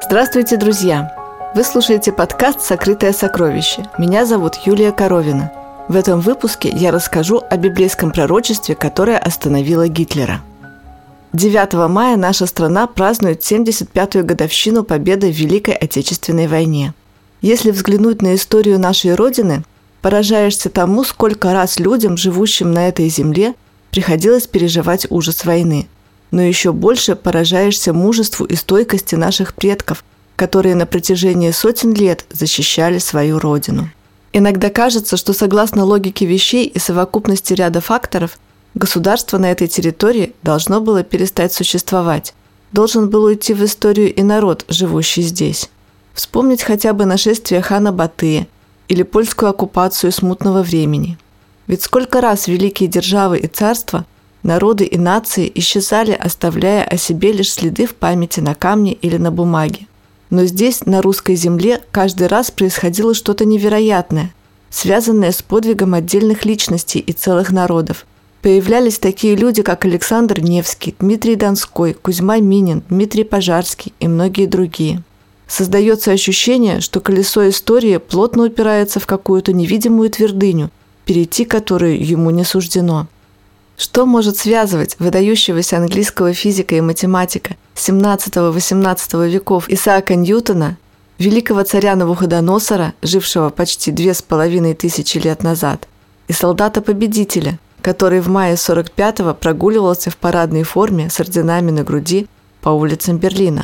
Здравствуйте, друзья! Вы слушаете подкаст «Сокрытое сокровище». Меня зовут Юлия Коровина. В этом выпуске я расскажу о библейском пророчестве, которое остановило Гитлера. 9 мая наша страна празднует 75-ю годовщину победы в Великой Отечественной войне. Если взглянуть на историю нашей Родины, поражаешься тому, сколько раз людям, живущим на этой земле, приходилось переживать ужас войны. Но еще больше поражаешься мужеству и стойкости наших предков, которые на протяжении сотен лет защищали свою Родину. Иногда кажется, что согласно логике вещей и совокупности ряда факторов, государство на этой территории должно было перестать существовать. Должен был уйти в историю и народ, живущий здесь. Вспомнить хотя бы нашествие хана Батыя или польскую оккупацию смутного времени. Ведь сколько раз великие державы и царства, народы и нации исчезали, оставляя о себе лишь следы в памяти на камне или на бумаге. Но здесь, на русской земле, каждый раз происходило что-то невероятное, связанное с подвигом отдельных личностей и целых народов. Появлялись такие люди, как Александр Невский, Дмитрий Донской, Кузьма Минин, Дмитрий Пожарский и многие другие. Создается ощущение, что колесо истории плотно упирается в какую-то невидимую твердыню, перейти которую ему не суждено. Что может связывать выдающегося английского физика и математика XVII-XVIII веков Исаака Ньютона, великого царя Навуходоносора, жившего почти 2500 лет назад, и солдата-победителя, который в мае 45-го прогуливался в парадной форме с орденами на груди по улицам Берлина?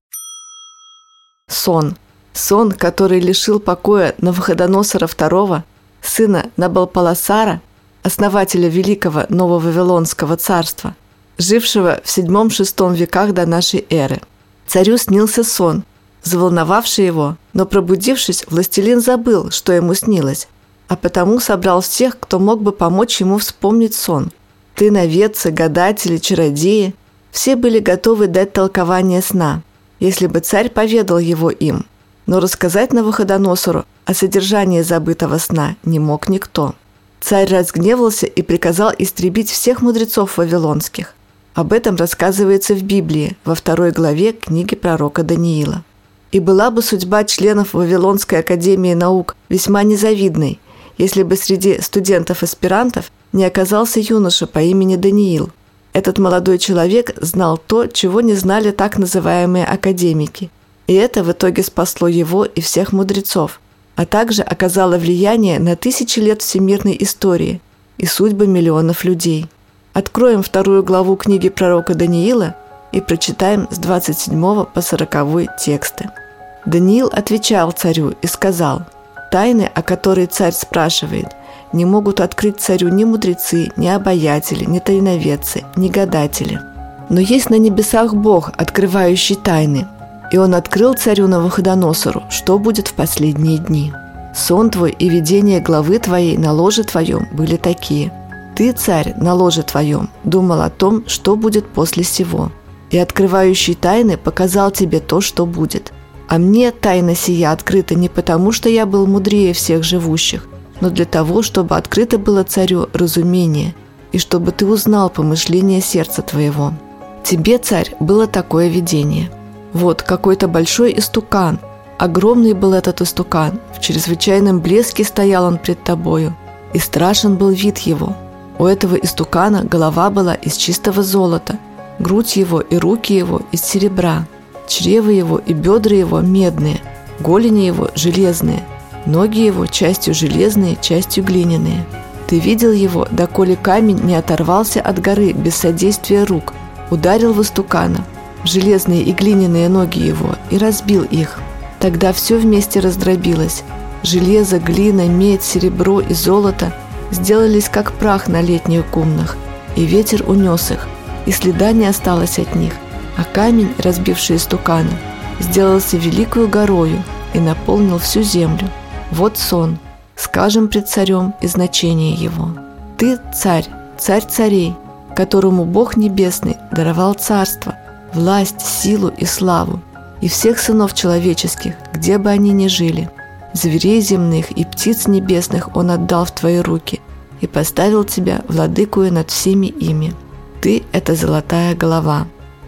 Сон. Сон, который лишил покоя Навуходоносора II, сына Набалпаласара, основателя Великого Нововавилонского царства, жившего в VII-VI веках до нашей эры. Царю снился сон, заволновавший его, но, пробудившись, властелин забыл, что ему снилось, а потому собрал всех, кто мог бы помочь ему вспомнить сон. Тыноведцы, гадатели, чародеи – все были готовы дать толкование сна, если бы царь поведал его им. Но рассказать Навуходоносору о содержании забытого сна не мог никто. Царь разгневался и приказал истребить всех мудрецов вавилонских. Об этом рассказывается в Библии, во 2 главе книги пророка Даниила. И была бы судьба членов Вавилонской академии наук весьма незавидной, если бы среди студентов-аспирантов не оказался юноша по имени Даниил. Этот молодой человек знал то, чего не знали так называемые академики, и это в итоге спасло его и всех мудрецов, а также оказало влияние на тысячи лет всемирной истории и судьбы миллионов людей. Откроем 2 главу книги пророка Даниила и прочитаем с 27 по 40 тексты. Даниил отвечал царю и сказал: «Тайны, о которой царь спрашивает, не могут открыть царю ни мудрецы, ни обаятели, ни тайноведцы, ни гадатели. Но есть на небесах Бог, открывающий тайны. И он открыл царю Навуходоносору, что будет в последние дни. Сон твой и видение главы твоей на ложе твоем были такие. Ты, царь, на ложе твоем думал о том, что будет после сего. И открывающий тайны показал тебе то, что будет. А мне тайна сия открыта не потому, что я был мудрее всех живущих, но для того, чтобы открыто было царю разумение, и чтобы ты узнал помышления сердца твоего. Тебе, царь, было такое видение. Вот какой-то большой истукан. Огромный был этот истукан, в чрезвычайном блеске стоял он пред тобою, и страшен был вид его. У этого истукана голова была из чистого золота, грудь его и руки его из серебра, чрево его и бедра его медные, голени его железные, ноги его частью железные, частью глиняные. Ты видел его, доколе камень не оторвался от горы без содействия рук, ударил в истукана, в железные и глиняные ноги его, и разбил их. Тогда все вместе раздробилось. Железо, глина, медь, серебро и золото сделались как прах на летних гумнах, и ветер унес их, и следа не осталось от них. А камень, разбивший истукана, сделался великою горою и наполнил всю землю. Вот сон, скажем пред царем и значение его. Ты, царь, царь царей, которому Бог Небесный даровал царство, власть, силу и славу, и всех сынов человеческих, где бы они ни жили. Зверей земных и птиц небесных Он отдал в твои руки и поставил тебя владыкою над всеми ими. Ты – это золотая голова.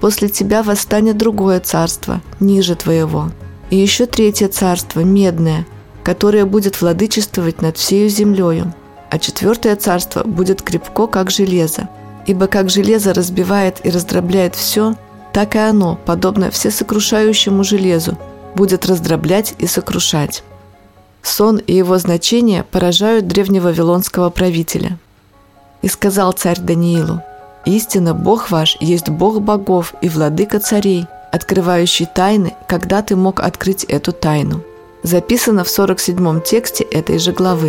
после тебя восстанет другое царство, ниже твоего, и еще третье царство, медное, которое будет владычествовать над всею землею, а четвертое царство будет крепко, как железо. Ибо как железо разбивает и раздробляет все, так и оно, подобно всесокрушающему железу, будет раздроблять и сокрушать. Сон и его значение поражают древневавилонского правителя. И сказал царь Даниилу: «Истинно Бог ваш есть Бог богов и владыка царей, открывающий тайны, когда ты мог открыть эту тайну». Записано в 47-м тексте этой же главы.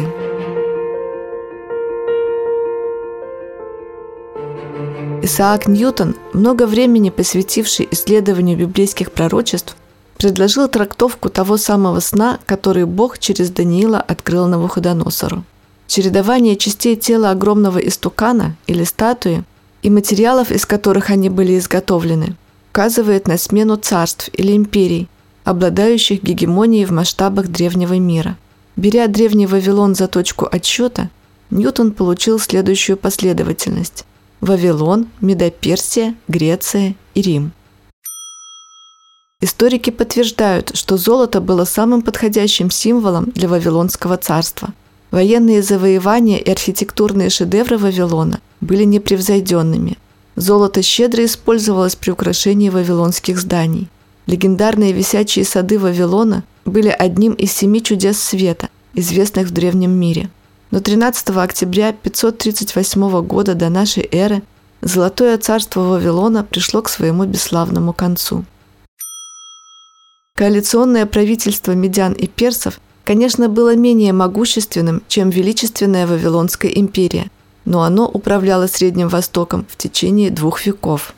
Исаак Ньютон, много времени посвятивший исследованию библейских пророчеств, предложил трактовку того самого сна, который Бог через Даниила открыл Навуходоносору. Чередование частей тела огромного истукана или статуи и материалов, из которых они были изготовлены, указывает на смену царств или империй, обладающих гегемонией в масштабах древнего мира. Беря древний Вавилон за точку отсчета, Ньютон получил следующую последовательность: Вавилон, Медоперсия, Греция и Рим. Историки подтверждают, что золото было самым подходящим символом для Вавилонского царства. Военные завоевания и архитектурные шедевры Вавилона были непревзойденными. Золото щедро использовалось при украшении вавилонских зданий. Легендарные висячие сады Вавилона были одним из 7 чудес света, известных в древнем мире. Но 13 октября 538 года до нашей эры Золотое царство Вавилона пришло к своему бесславному концу. Коалиционное правительство медян и персов, конечно, было менее могущественным, чем величественная Вавилонская империя, но оно управляло Средним Востоком в течение 2 веков.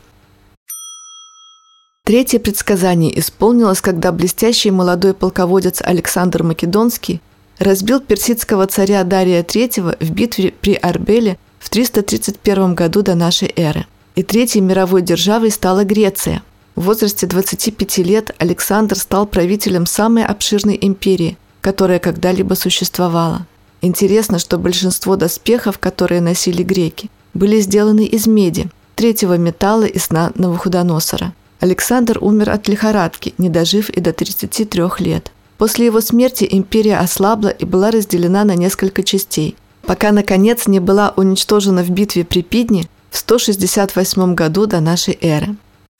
Третье предсказание исполнилось, когда блестящий молодой полководец Александр Македонский разбил персидского царя Дария III в битве при Арбеле в 331 году до нашей эры. И третьей мировой державой стала Греция. В возрасте 25 лет Александр стал правителем самой обширной империи, которая когда-либо существовала. Интересно, что большинство доспехов, которые носили греки, были сделаны из меди, третьего металла из сна Навуходоносора. Александр умер от лихорадки, не дожив и до 33 лет. После его смерти империя ослабла и была разделена на несколько частей, пока, наконец, не была уничтожена в битве при Пидне в 168 году до нашей эры.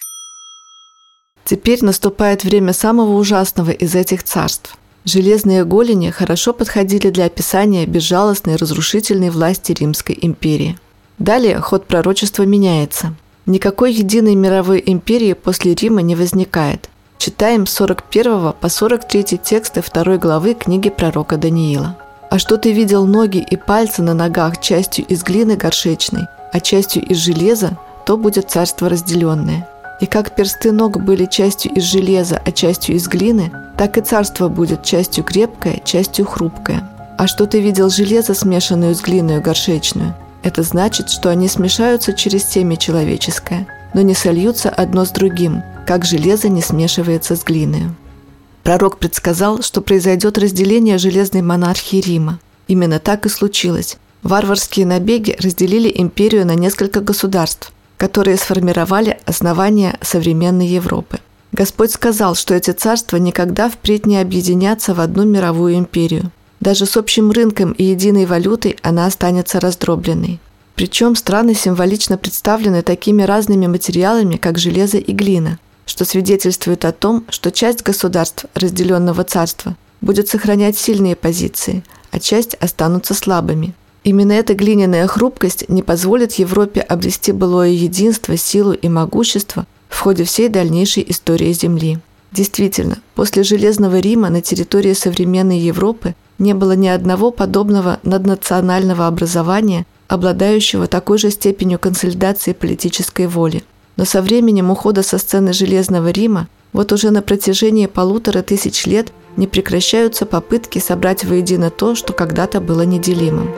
Теперь наступает время самого ужасного из этих царств. Железные голени хорошо подходили для описания безжалостной разрушительной власти Римской империи. Далее ход пророчества меняется. Никакой единой мировой империи после Рима не возникает. Читаем с 41 по 43 тексты 2 главы книги пророка Даниила. «А что ты видел ноги и пальцы на ногах частью из глины горшечной, а частью из железа, то будет царство разделенное. И как персты ног были частью из железа, а частью из глины, так и царство будет частью крепкое, частью хрупкое. А что ты видел железо, смешанную с глиной горшечную, это значит, что они смешаются через семя человеческое, но не сольются одно с другим, как железо не смешивается с глиной». Пророк предсказал, что произойдет разделение железной монархии Рима. Именно так и случилось. Варварские набеги разделили империю на несколько государств, которые сформировали основания современной Европы. Господь сказал, что эти царства никогда впредь не объединятся в одну мировую империю. Даже с общим рынком и единой валютой она останется раздробленной. Причем страны символично представлены такими разными материалами, как железо и глина, что свидетельствует о том, что часть государств разделенного царства будет сохранять сильные позиции, а часть останутся слабыми. Именно эта глиняная хрупкость не позволит Европе обрести былое единство, силу и могущество в ходе всей дальнейшей истории Земли. Действительно, после Железного Рима на территории современной Европы не было ни одного подобного наднационального образования, обладающего такой же степенью консолидации политической воли. Но со временем ухода со сцены Железного Рима вот уже на протяжении 1500 лет не прекращаются попытки собрать воедино то, что когда-то было неделимым.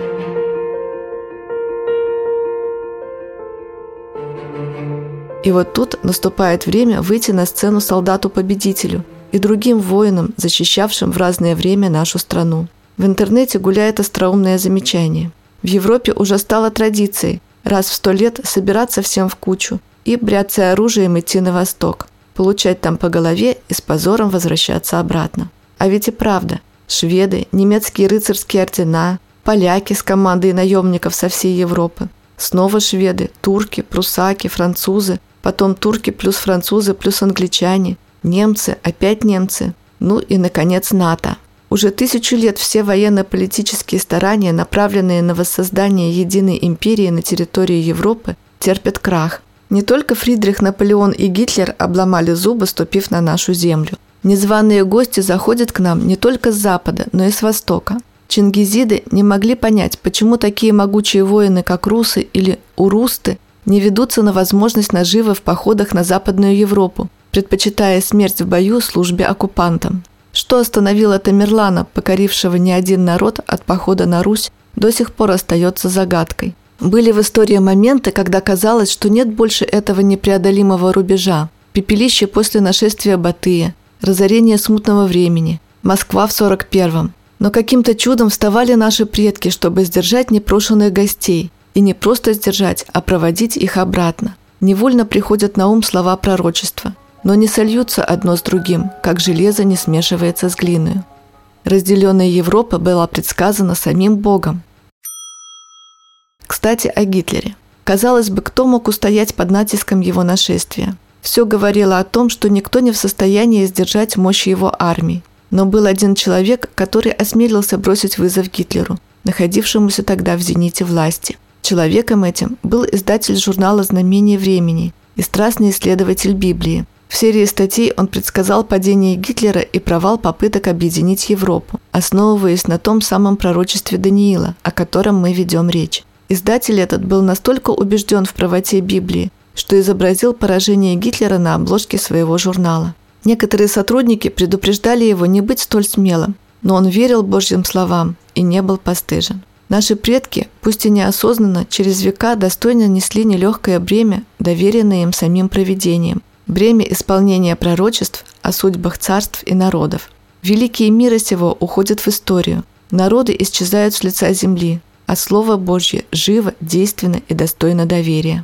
И вот тут наступает время выйти на сцену солдату-победителю и другим воинам, защищавшим в разное время нашу страну. В интернете гуляет остроумное замечание. В Европе уже стало традицией, раз в 100 лет собираться всем в кучу и, бряцая оружием, идти на восток, получать там по голове и с позором возвращаться обратно. А ведь и правда, шведы, немецкие рыцарские ордена, поляки с командой наемников со всей Европы, снова шведы, турки, прусаки, французы, потом турки плюс французы плюс англичане, немцы, опять немцы, ну и, наконец, НАТО. Уже 1000 лет все военно-политические старания, направленные на воссоздание единой империи на территории Европы, терпят крах. Не только Фридрих Наполеон и Гитлер обломали зубы, ступив на нашу землю. Незваные гости заходят к нам не только с запада, но и с востока. Чингизиды не могли понять, почему такие могучие воины, как русы или урусты, не ведутся на возможность наживы в походах на Западную Европу, предпочитая смерть в бою службе оккупантам. Что остановило Тамерлана, покорившего не один народ, от похода на Русь, до сих пор остается загадкой. Были в истории моменты, когда казалось, что нет больше этого непреодолимого рубежа. Пепелище после нашествия Батыя, разорение смутного времени, Москва в 41-м. Но каким-то чудом вставали наши предки, чтобы сдержать непрошенных гостей. И не просто сдержать, а проводить их обратно. Невольно приходят на ум слова пророчества. Но не сольются одно с другим, как железо не смешивается с глиной. Разделенная Европа была предсказана самим Богом. Кстати, о Гитлере. Казалось бы, кто мог устоять под натиском его нашествия? Все говорило о том, что никто не в состоянии сдержать мощь его армии. Но был один человек, который осмелился бросить вызов Гитлеру, находившемуся тогда в зените власти. Человеком этим был издатель журнала «Знамение времени» и страстный исследователь Библии. В серии статей он предсказал падение Гитлера и провал попыток объединить Европу, основываясь на том самом пророчестве Даниила, о котором мы ведем речь. Издатель этот был настолько убежден в правоте Библии, что изобразил поражение Гитлера на обложке своего журнала. Некоторые сотрудники предупреждали его не быть столь смелым, но он верил Божьим словам и не был постыжен. Наши предки, пусть и неосознанно, через века достойно несли нелегкое бремя, доверенное им самим провидением, бремя исполнения пророчеств о судьбах царств и народов. Великие мира сего уходят в историю, народы исчезают с лица земли, а Слово Божье живо, действенно и достойно доверия.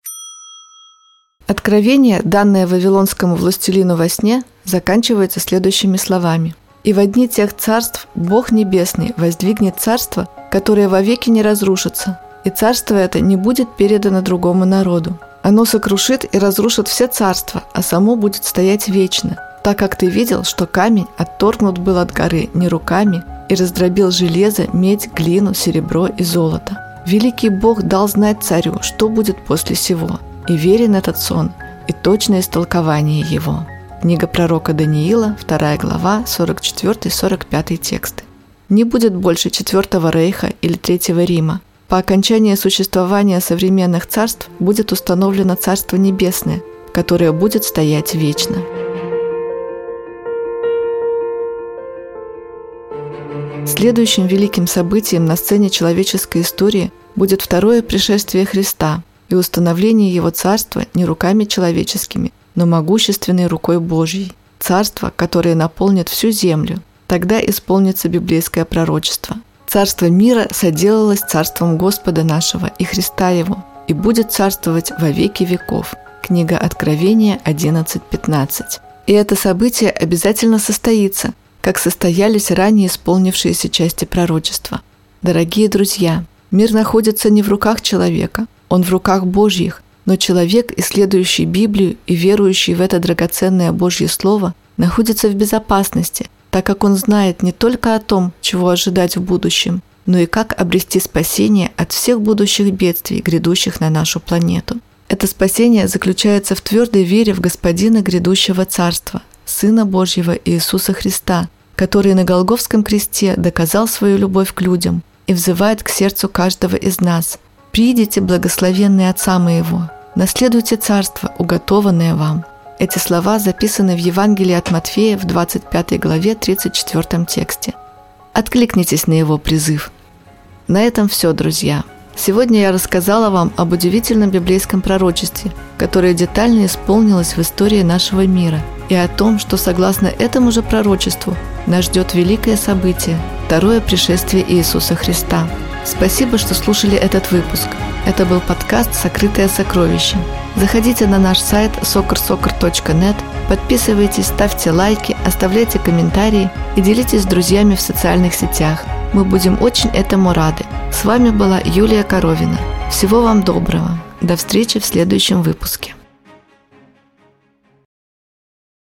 Откровение, данное вавилонскому властелину во сне, заканчивается следующими словами. «И во дни тех царств Бог Небесный воздвигнет царство, которое вовеки не разрушится, и царство это не будет передано другому народу. Оно сокрушит и разрушит все царства, а само будет стоять вечно, так как ты видел, что камень отторгнут был от горы не руками и раздробил железо, медь, глину, серебро и золото. Великий Бог дал знать царю, что будет после сего, и верен этот сон, и точное истолкование его». Книга пророка Даниила, 2 глава, 44-45 тексты. Не будет больше Четвертого Рейха или Третьего Рима. По окончании существования современных царств будет установлено Царство Небесное, которое будет стоять вечно. Следующим великим событием на сцене человеческой истории будет второе пришествие Христа и установление Его Царства не руками человеческими, но могущественной рукой Божьей. Царство, которое наполнит всю землю. Тогда исполнится библейское пророчество. Царство мира соделалось царством Господа нашего и Христа Его, и будет царствовать во веки веков. Книга Откровения 11:15. И это событие обязательно состоится, как состоялись ранее исполнившиеся части пророчества. Дорогие друзья, мир находится не в руках человека, он в руках Божьих, но человек, исследующий Библию и верующий в это драгоценное Божье Слово, находится в безопасности, так как он знает не только о том, чего ожидать в будущем, но и как обрести спасение от всех будущих бедствий, грядущих на нашу планету. Это спасение заключается в твердой вере в Господина грядущего Царства, Сына Божьего Иисуса Христа, который на Голгофском кресте доказал свою любовь к людям и взывает к сердцу каждого из нас. «Придите, благословенные Отца Моего, наследуйте Царство, уготованное вам». Эти слова записаны в Евангелии от Матфея в 25 главе 34 тексте. Откликнитесь на его призыв. На этом все, друзья. Сегодня я рассказала вам об удивительном библейском пророчестве, которое детально исполнилось в истории нашего мира, и о том, что согласно этому же пророчеству нас ждет великое событие – второе пришествие Иисуса Христа. Спасибо, что слушали этот выпуск. Это был подкаст «Сокрытое сокровище». Заходите на наш сайт soccer.net, подписывайтесь, ставьте лайки, оставляйте комментарии и делитесь с друзьями в социальных сетях. Мы будем очень этому рады. С вами была Юлия Коровина. Всего вам доброго. До встречи в следующем выпуске.